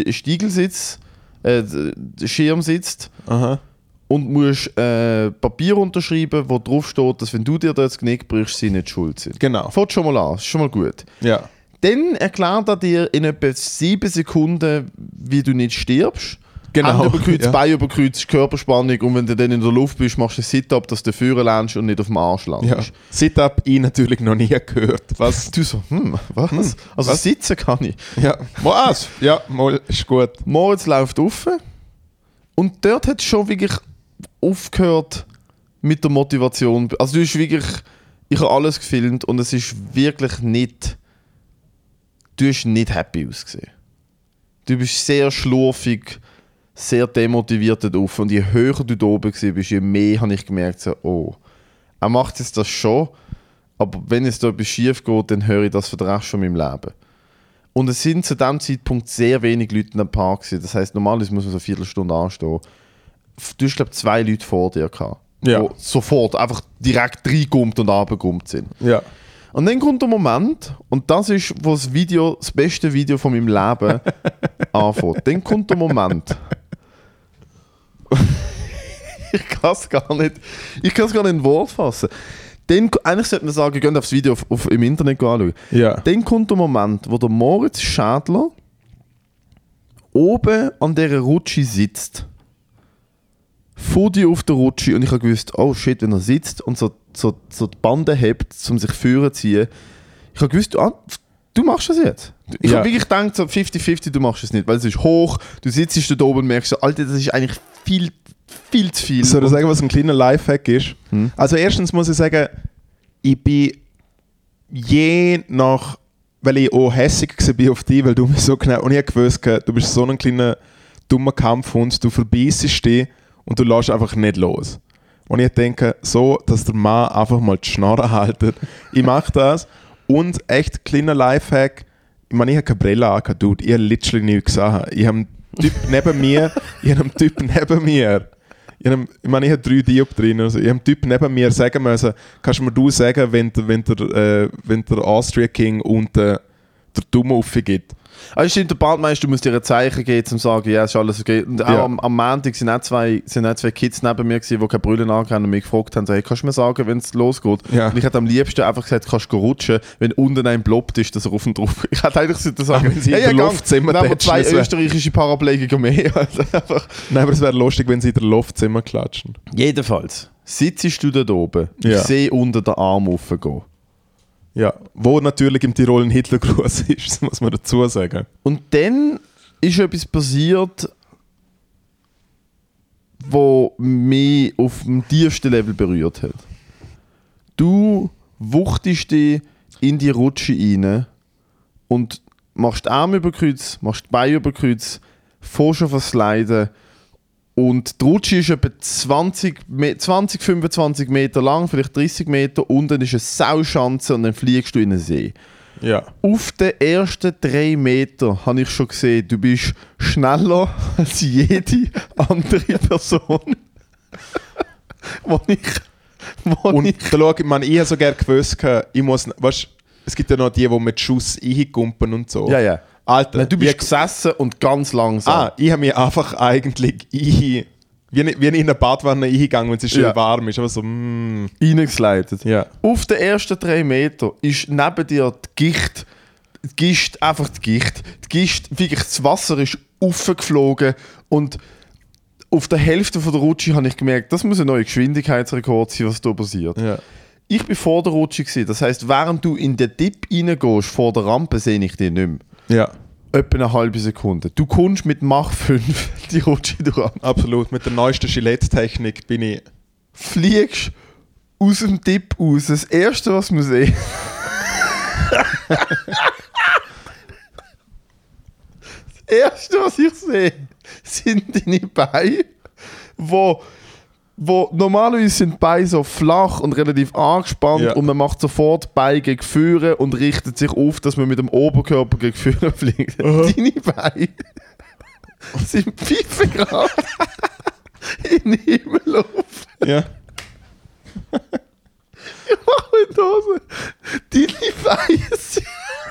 Schirm sitzt. Aha. Und musst Papier unterschreiben, wo drauf steht, dass wenn du dir das Genick brichst, sie nicht schuld sind. Genau. Fängt schon mal an, ist schon mal gut. Ja. Dann erklärt er dir in etwa 7 Sekunden, wie du nicht stirbst. Genau. Hände überkreuzt, Beine überkreuzt, Körperspannung, und wenn du dann in der Luft bist, machst du ein Sit-Up, dass du führen lernst und nicht auf dem Arsch landest. Ja. Sit-Up ich natürlich noch nie gehört. Was? Du so, was? Also was? Sitzen kann ich. Ja, was? Ja, mal ist gut. Moritz läuft rauf und dort hat es schon wirklich aufgehört mit der Motivation. Also du hast wirklich, ich habe alles gefilmt und es ist wirklich nicht, du hast nicht happy ausgesehen. Du bist sehr schlurfig, sehr demotiviert dort rauf, und je höher du da oben bist, je mehr habe ich gemerkt, so, oh, er macht jetzt das schon, aber wenn es da etwas schief geht, dann höre ich das für den Rest von meinem Leben. Und es sind zu diesem Zeitpunkt sehr wenig Leute in dem Park gewesen. Das heisst, normalerweise muss man so eine Viertelstunde anstehen. du hast, glaube ich, 2 Leute vor dir gehabt, Ja. die sofort einfach direkt reingummt und runtergummt sind. Ja. Und dann kommt der Moment, und das ist, wo das beste Video von meinem Leben anfängt. Dann kommt der Moment. Ich kann es gar nicht in Wort fassen. Dann, eigentlich sollte man sagen, geht aufs Video im Internet anschauen. Ja. Dann kommt der Moment, wo der Moritz Schädler oben an dieser Rutsche sitzt. Vor dir auf der Rutsche, und ich habe gewusst, oh shit, wenn er sitzt und so die Bande hebt, um sich führen zu ziehen, ich habe gewusst, du machst das jetzt. Ich habe wirklich gedacht, so 50-50, du machst es nicht, weil es ist hoch, du sitzt da oben und merkst so, Alter, das ist eigentlich viel zu viel. Soll ich sagen, was ein kleiner Lifehack ist? Also erstens muss ich sagen, ich bin je nach, weil ich auch hässig war auf dich, weil du mir so genau, und ich habe gewusst, du bist so ein kleiner dummer Kampfhund, du verbeißt dich und du lässt einfach nicht los. Und ich denke, so, dass der Mann einfach mal die Schnarre haltet. Ich mache das. Und echt kleiner Lifehack, ich meine, ich habe keine Brille angehabt, Dude. Ich habe literally nichts gesehen. Ich habe einen Typ neben mir, ich habe 3 Dioptrien. Also ich habe einen Typ neben mir sagen müssen, kannst du mir sagen, wenn der Austria King und der Dumme aufgeht. Also stimmt, der Bandmeister muss dir ein Zeichen geben, um zu sagen, ja, ist alles okay. Und auch am Montag sind auch zwei Kids neben mir gewesen, die keine Brille anhaben und mich gefragt haben, so, hey, kannst du mir sagen, wenn es losgeht? Ja. Und ich hätte am liebsten einfach gesagt, kannst du rutschen, wenn unten ein ploppt ist, dass er auf und drauf. Ich hätte eigentlich sagen, wenn sie in der Luftzimmer wir haben 2 österreichische Paraplegiker mehr. Also Nein, aber es wäre lustig, wenn sie in der Luftzimmer klatschen. Jedenfalls, sitzt du da oben, ich sehe unter den Arm raufgehen. Ja, wo natürlich im Tirol ein Hitlergruß ist, das muss man dazu sagen. Und dann ist etwas passiert, wo mich auf dem tiefsten Level berührt hat. Du wuchtest dich in die Rutsche rein und machst die Arme über Kreuz, machst die Beine über Kreuz, fährst auf das Sliden. Und die Rutsche ist etwa 20-25 Meter lang, vielleicht 30 Meter. Unten ist eine Sauschanze und dann fliegst du in den See. Ja. Auf den ersten 3 Metern habe ich schon gesehen, du bist schneller als jede andere Person. Ich habe so gerne gewusst, ich muss, weißt, es gibt ja noch die mit Schuss eingumpen und so. Ja, ja. Alter, Nein, du bist gesessen und ganz langsam. Ich habe mich einfach eigentlich wie in eine Badwanne eingegangen, wenn es schön warm ist. Aber so, reingeslidet. Ja. Auf den ersten 3 Metern ist neben dir die Gischt, wirklich das Wasser ist aufgeflogen und auf der Hälfte von der Rutsche habe ich gemerkt, das muss ein neuer Geschwindigkeitsrekord sein, was da passiert. Ja. Ich bin vor der Rutsche gewesen, das heisst, während du in den Dip reingehst, vor der Rampe, sehe ich dich nicht mehr. Ja. Etwa eine halbe Sekunde. Du kommst mit Mach 5 die Rutsche durch. Absolut, mit der neuesten Gillette-Technik bin ich... Fliegst aus dem Dip raus. Das Erste, was wir sehen... Das Erste, was ich sehe, sind deine Beine, wo normalerweise sind die Beine so flach und relativ angespannt und man macht sofort Beine gegen Führer und richtet sich auf, dass man mit dem Oberkörper gegen Führer fliegt. Deine Beine sind 5 Grad in den Himmel auf. Ja. Ich mache in die Hose. Deine Beine sind...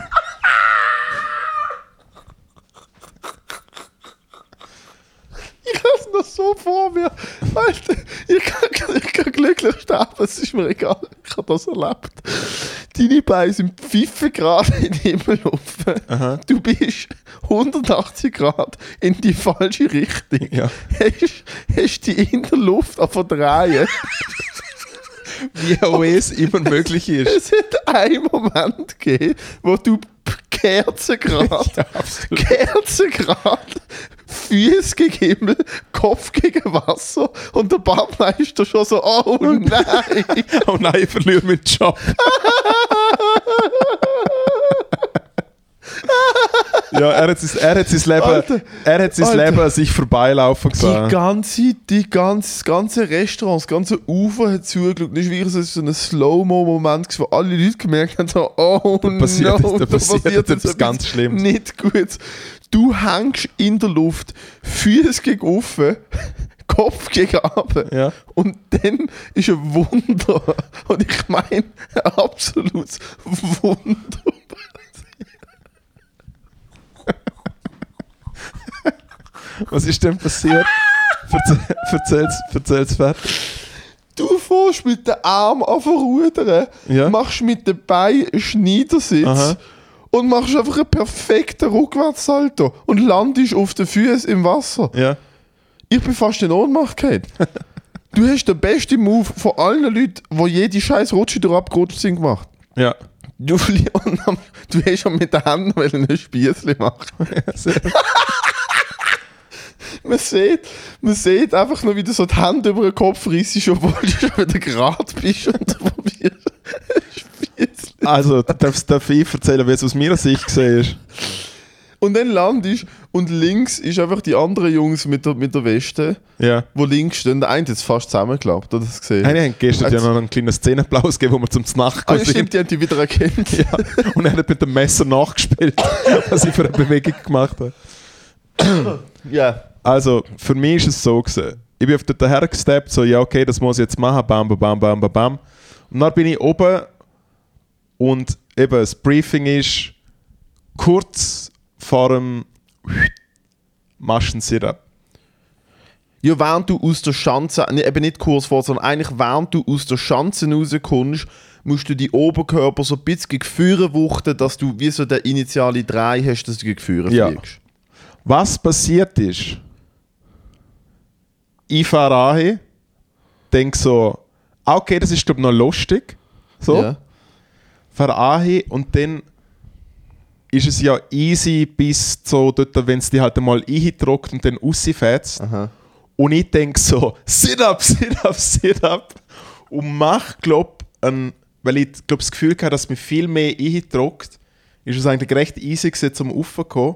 Ich habe es noch so vor mir. Alter, ich kann glücklich sterben, es ist mir egal. Ich habe das erlebt. Deine Beine sind 5 Grad in den Himmel offen. Aha. Du bist 180 Grad in die falsche Richtung. Ja. Hast dich in der Luft auf drehen. Wie auch es immer möglich ist. Es hat einen Moment gegeben, wo du Kerzengrad, Füße gegen Himmel, Kopf gegen Wasser und der Badmeister schon so, oh nein. Oh nein, ich verliere meinen Job. Ja, er hat sein Leben an sich vorbeilaufen gesehen. Das ganze Restaurant, das ganze Ufer hat zugeschaut. Das war so ein Slow-Mo-Moment, wo alle Leute gemerkt haben, so, oh da passiert etwas ganz Schlimmes. Nicht gut. Du hängst in der Luft, Füße gegen offen, Kopf gegen runter. Ja. Und dann ist ein Wunder. Und ich meine, ein absolutes Wunder. Was ist denn passiert? Erzähl's fertig. Du fährst mit den Armen auf rudern, Ja. machst mit den Beinen einen Schneidersitz Aha. und machst einfach einen perfekten Rückwärtssalto und landest auf den Füßen im Wasser. Ja. Ich bin fast in Ohnmacht gefallen. Du hast den besten Move von allen Leuten, die jede scheiß Rutsche durch abgerutscht sind, gemacht. Ja. Du hast schon mit den Händen ein Spiessli machen. Man sieht einfach nur, wie du so die Hände über den Kopf reissst, obwohl du schon wieder gerade bist und du probierst ein Spiessli. Also, darf ich erzählen, wie es aus meiner Sicht gesehen ist? Und dann landest und links ist einfach die anderen Jungs mit der Weste, Ja. wo links stehen. Der eine hat es fast zusammengeklappt, oder das gesehen? Wir haben gestern ja noch einen kleinen Szenenapplaus gegeben, wo wir zum Znacht Ah, ja, sind. stimmt, die haben die wieder erkannt. Ja. Und er hat mit dem Messer nachgespielt, was ich für eine Bewegung gemacht habe. Ja. Also, für mich ist es so gewesen. Ich bin auf dort hergesteppt, so, ja, okay, das muss ich jetzt machen, bam, bam, bam, bam, bam, bam. Und dann bin ich oben und eben, das Briefing ist kurz vor dem Maschensirup. Ja, während du aus der Schanze, eben nicht kurz vor, sondern eigentlich während du aus der Schanze rauskommst, musst du die Oberkörper so ein bisschen gegen Führer wuchten, dass du wie so den initiale Dreh hast, dass du gegen Führer Ja. fliegst. Was passiert ist, ich fahre an, denke so, okay, das ist glaube ich noch lustig. So, Ja. fahre an und dann ist es ja easy bis so dort, wenn es die halt einmal eindruckt und dann rausfährt. Aha. Und ich denke so, sit up, sit up, sit up. Und mach, glaube weil ich glaub, das Gefühl hatte, dass mich viel mehr eindruckt, ist es eigentlich recht easy gewesen, zum Raufkommen.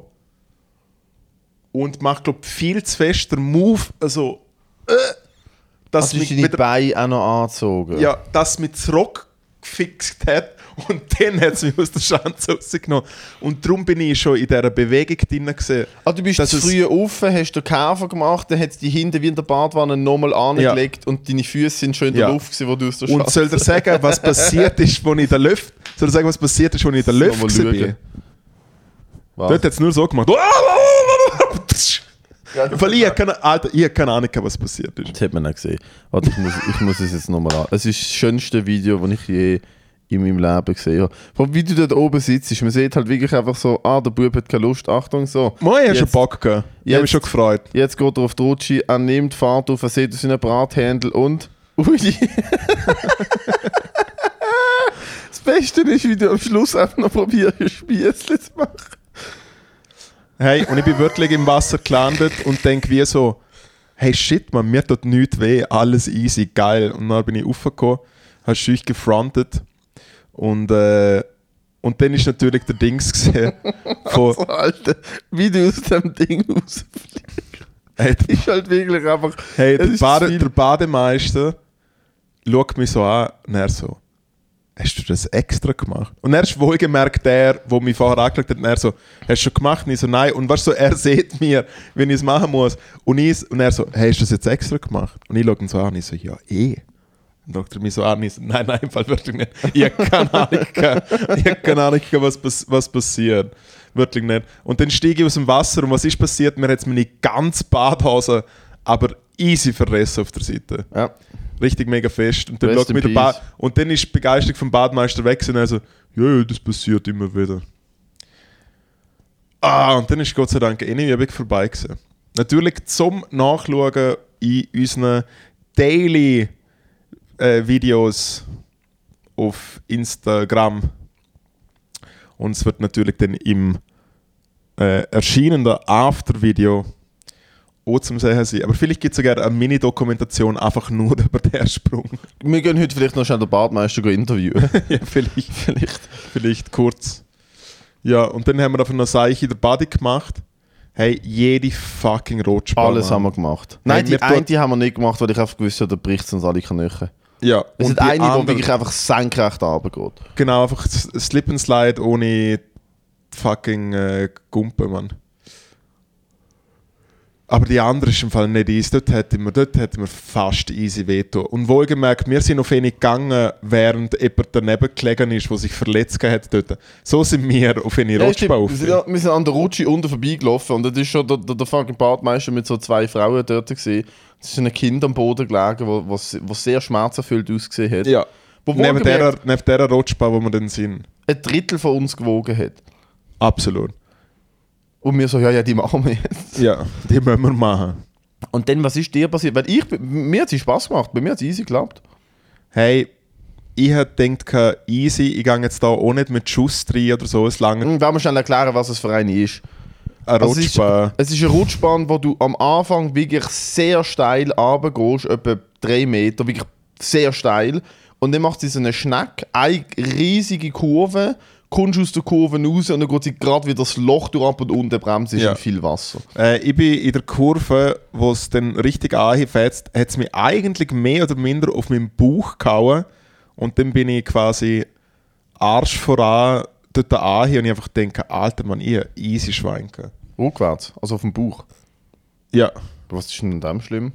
Und mach, glaube viel zu fest den Move, also, dass Also mich ist die wieder- Beine auch noch angezogen? ja, dass mich zurückgefixt hat und dann hat es mich aus der Schanze rausgenommen. Und darum bin ich schon in dieser Bewegung drin gewesen. Ah, du bist dass zu es- früh offen, hast den Käfer gemacht, dann hat es die hinten wie in der Badwanne nochmal angelegt und deine Füße sind schon in der Ja. Luft gewesen, wo du aus der Und Schanze... soll dir sagen, was passiert ist, als ich in der Luft, soll dir sagen, was passiert ist, als ich in der Luft Mal war? schauen. Was? Dort hat es nur so gemacht. Weil ich habe keine Ahnung, was passiert ist. Das hat man auch gesehen. Warte, ich muss es jetzt nochmal an. Es ist das schönste Video, das ich je in meinem Leben gesehen habe. Vor allem, wie du dort oben sitzt, man sieht halt wirklich einfach so, der Bub hat keine Lust, Achtung, so. Moi, hast du Jetzt- Bock gehabt? Ich habe mich jetzt- schon gefreut. Jetzt geht er auf die Rutsche, er nimmt Fahrt auf, er sieht aus seinen Brathändel und... Ui! Das Beste ist, wie du am Schluss einfach noch probierst, ein Spiessli zu machen. Hey, und ich bin wirklich im Wasser gelandet und denke wie so, hey shit, man, mir tut nichts weh, alles easy, geil. Und dann bin ich raufgekommen, habe schüch gefrontet und dann ist natürlich der Dings gesehen von, So, Alter, wie du aus dem Ding rausfliegst. hey, Ist halt wirklich einfach... hey es ist viel- der Bademeister schaut mich so an und er so, hast du das extra gemacht? Und er ist wohlgemerkt der mich vorher angeschaut hat und er so, hast du schon gemacht? Und ich so, nein. Und weißt du, so, er sieht mir, wenn ich es machen muss. Und er so, hey, hast du das jetzt extra gemacht? Und ich schaue ihn so an und ich so, ja, eh. Und dann schaut er mich so an und ich so, nein, im Fall wirklich nicht. Ich habe keine Ahnung, was passiert. Wirklich nicht. Und dann steige ich aus dem Wasser und was ist passiert? Mir hat es meine ganze Badhose aber easy verrissen auf der Seite. Ja. Richtig mega fest. Und dann, Rest schaut mich in der peace. und dann ist die Begeisterung vom Badmeister weg und er so, ja, das passiert immer wieder. Und dann ist Gott sei Dank eine Übung vorbei gewesen. Natürlich zum Nachschauen in unseren Daily Videos auf Instagram. Und es wird natürlich dann im erscheinenden After-Video auch zum Sehen sein. Aber vielleicht gibt es sogar eine Mini-Dokumentation einfach nur über den Sprung. Wir gehen heute vielleicht noch schnell den Badmeister interviewen. Ja, vielleicht kurz. Ja, und dann haben wir einfach noch Seiche in der Body gemacht. Hey, jede fucking Rutschbahn. Alles haben wir gemacht. Nein, die wir eine die haben wir nicht gemacht, weil ich einfach gewusst habe, da bricht es uns alle Knochen. Ja, Es und ist die eine, die andere- wirklich einfach senkrecht runtergeht. Genau, einfach Slip and Slide ohne fucking Gumpe, Mann. Aber die andere ist im Fall nicht easy. Dort hätten wir fast easy wehtun. Und wohlgemerkt, wir sind auf eine gegangen, während jemand daneben gelegen ist, der sich verletzt hat dort. So sind wir auf eine Rutschbahn wir sind an der Rutsche unten vorbeigelaufen und da ist schon der fucking Badmeister mit so 2 Frauen dort gesehen. Es ist ein Kind am Boden gelegen, was sehr schmerzerfüllt ausgesehen hat. Ja. Neben dieser Rutschbahn, wo wir dann sind. Ein Drittel von uns gewogen hat. Absolut. Und wir so, ja, die machen wir jetzt. Ja, die müssen wir machen. Und dann, was ist dir passiert? Weil mir hat es Spaß gemacht, bei mir hat es easy geklappt. Hey, ich hätte gedacht, easy, ich gehe jetzt da auch nicht mit Schuss rein oder so. Es lange. Wollen wir schnell erklären, was es für eine ist? Eine Rutschbahn. Es ist eine Rutschbahn, wo du am Anfang wirklich sehr steil runtergehst, etwa 3 Meter, wirklich sehr steil. Und dann macht sie so eine Schneck, eine riesige Kurve, kommst aus der Kurve raus und dann geht sie gerade wieder das Loch durch ab und unten bremst ist viel Wasser. Ich bin in der Kurve, wo es dann richtig anfetzt, hat es mich eigentlich mehr oder minder auf meinen Bauch gehauen und dann bin ich quasi Arsch voran dort an und ich einfach denke, Alter Mann, ich habe easy Schweinke. Rückwärts, also auf dem Bauch? Ja. Was ist denn an dem schlimm?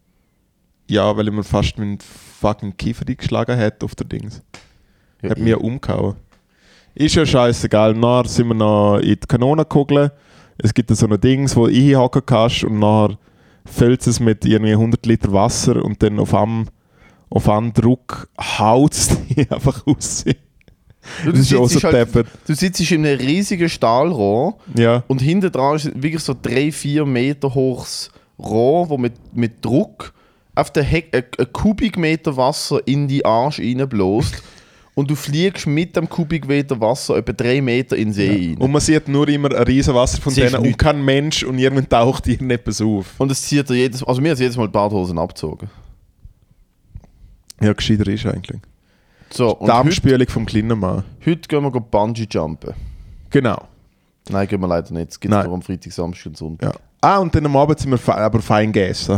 Ja, weil ich mir fast meinen fucking Kiefer geschlagen hat auf der Dings. Ja, hat mir umgehauen. Ist ja scheißegal. Nachher sind wir noch in die Kanonenkugel. Es gibt so ein Dings, wo du einhaken kannst und nachher füllt es mit irgendwie 100 Liter Wasser und dann auf einen Druck haut es dich einfach raus. Das ist auch so deppert. Du sitzt in einem riesigen Stahlrohr und hinten dran ist wirklich so 3-4 Meter hohes Rohr, wo mit Druck auf den ein Kubikmeter Wasser in die Arsch reinbläst. Und du fliegst mit dem Kubikmeter Wasser etwa 3 Meter in den See rein. Und man sieht nur immer ein riesen Wasserfontäne und kein Mensch und irgendwann taucht dir etwas auf. Und es zieht dir also mir hat jedes Mal die Badhosen abgezogen. Ja, gescheiter ist eigentlich. So, und Darmspülung vom kleinen Mann. Heute gehen wir Bungee-Jumpen. Genau. Nein, gehen wir leider nicht. Es gibt es nur am Freitag, Samstag und Sonntag. Ja. Und dann am Abend sind wir aber fein gegessen.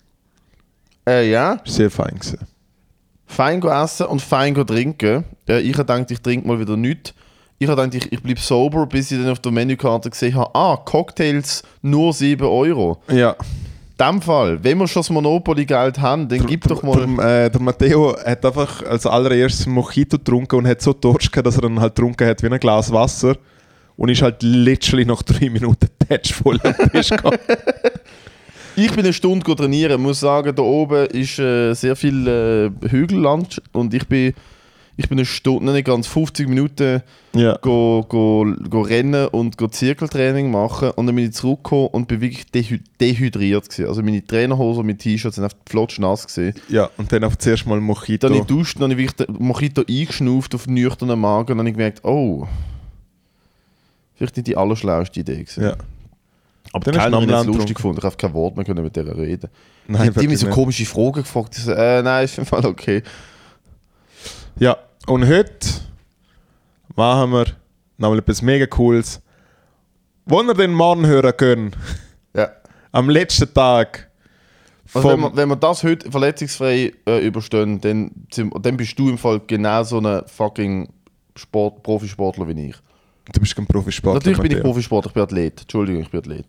Ja. Sehr fein gewesen. Fein essen und fein trinken. Ich habe gedacht, ich trinke mal wieder nichts. Ich habe gedacht, ich bleibe sober, bis ich dann auf der Menükarte gesehen habe, Cocktails nur 7 Euro. Ja. In dem Fall, wenn wir schon das Monopoly-Geld haben, dann gib doch mal... Der Matteo hat einfach als allererstes Mojito getrunken und hat so Durst gehabt, dass er dann halt getrunken hat wie ein Glas Wasser. Und ist halt literally nach 3 Minuten patchvoll am Tisch gekommen. Ich bin eine Stunde trainieren. Ich muss sagen, da oben ist sehr viel Hügelland und ich bin eine Stunde, nicht ganz 50 Minuten go rennen und go Zirkeltraining machen und dann bin ich zurückgekommen und bin wirklich dehydriert gewesen. Also meine Trainerhose und meine T-Shirts sind einfach flotschnass gewesen. Ja, und dann einfach zuerst mal Mojito. Dann ich duscht, dann habe ich wirklich den Mojito eingeschnauft auf nüchternen Magen und dann habe ich gemerkt, vielleicht nicht die allerschlauste Idee gewesen. Ja. Aber dann hat es lustig gefunden. Ich habe kein Wort mehr mit der reden. Nein, die haben mich so komische Fragen gefragt. Ich so, nein, ist im Fall okay. Ja, und heute machen wir nochmal etwas mega Cooles. Wo wir den Mann hören können. Ja. Am letzten Tag. Also wenn wir das heute verletzungsfrei überstehen, dann bist du im Fall genau so ein fucking Profisportler wie ich. Du bist kein Profisportler. Natürlich bin ich Profisportler, ich bin Athlet. Entschuldigung, ich bin Athlet.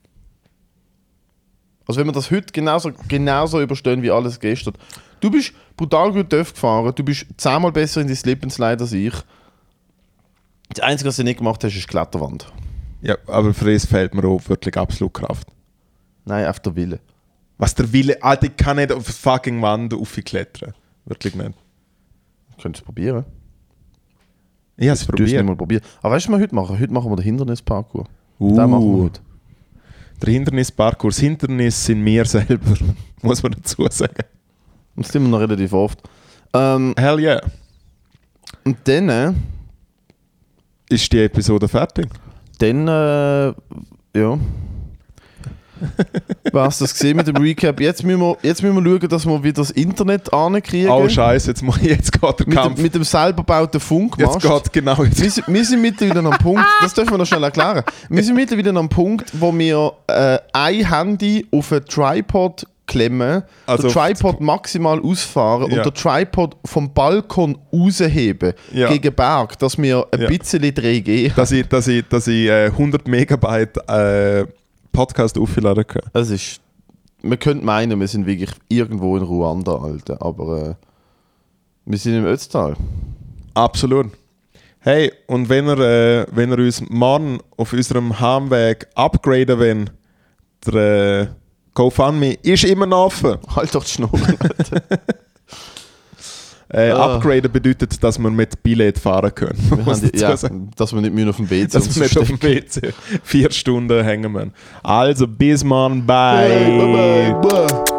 Also wenn wir das heute genauso überstehen wie alles gestern. Du bist brutal gut TÜV gefahren, du bist 10-mal besser in die Slip and Slide als ich. Das Einzige, was du nicht gemacht hast, ist Kletterwand. Ja, aber für das fehlt mir auch wirklich absolut Kraft. Nein, auf der Wille. Was der Wille? Alter, ich kann nicht auf die fucking Wand aufklettern. Wirklich nicht. Könntest du es probieren? Ich habe es probiert. Aber weißt du, was wir heute machen? Heute machen wir den Hindernisparcours. Den machen wir heute. Der Hindernisparcours. Das Hindernis sind wir selber, muss man dazu sagen. Das sind wir noch relativ oft. Hell yeah. Und dann... ist die Episode fertig? Dann, ja... Was das gesehen mit dem Recap? Jetzt müssen wir schauen, dass wir wieder das Internet ankriegen. Oh Scheiße, jetzt geht der Kampf. Mit dem selber gebauten Funkmast. Jetzt geht genau. Wir sind mittlerweile am Punkt, das dürfen wir noch schnell erklären. Wir sind mittlerweile am Punkt, wo wir ein Handy auf einen Tripod klemmen, also den Tripod maximal ausfahren und den Tripod vom Balkon rausheben gegen Berg, dass wir ein bisschen 3G haben. Dass ich 100 Megabyte Podcast aufladen können. Das ist... Man könnte meinen, wir sind wirklich irgendwo in Ruanda, Alter. Aber wir sind im Ötztal. Absolut. Hey, und wenn ihr uns morgen auf unserem Heimweg upgraden wollt, der GoFundMe ist immer noch offen. Halt doch die Schnur, Alter. Upgraden bedeutet, dass wir mit Billett fahren können. Dass wir nicht auf dem WC dass wir nicht auf dem WC 4 Stunden hängen müssen. Also, bis morgen. Bye. Bye, bye, bye.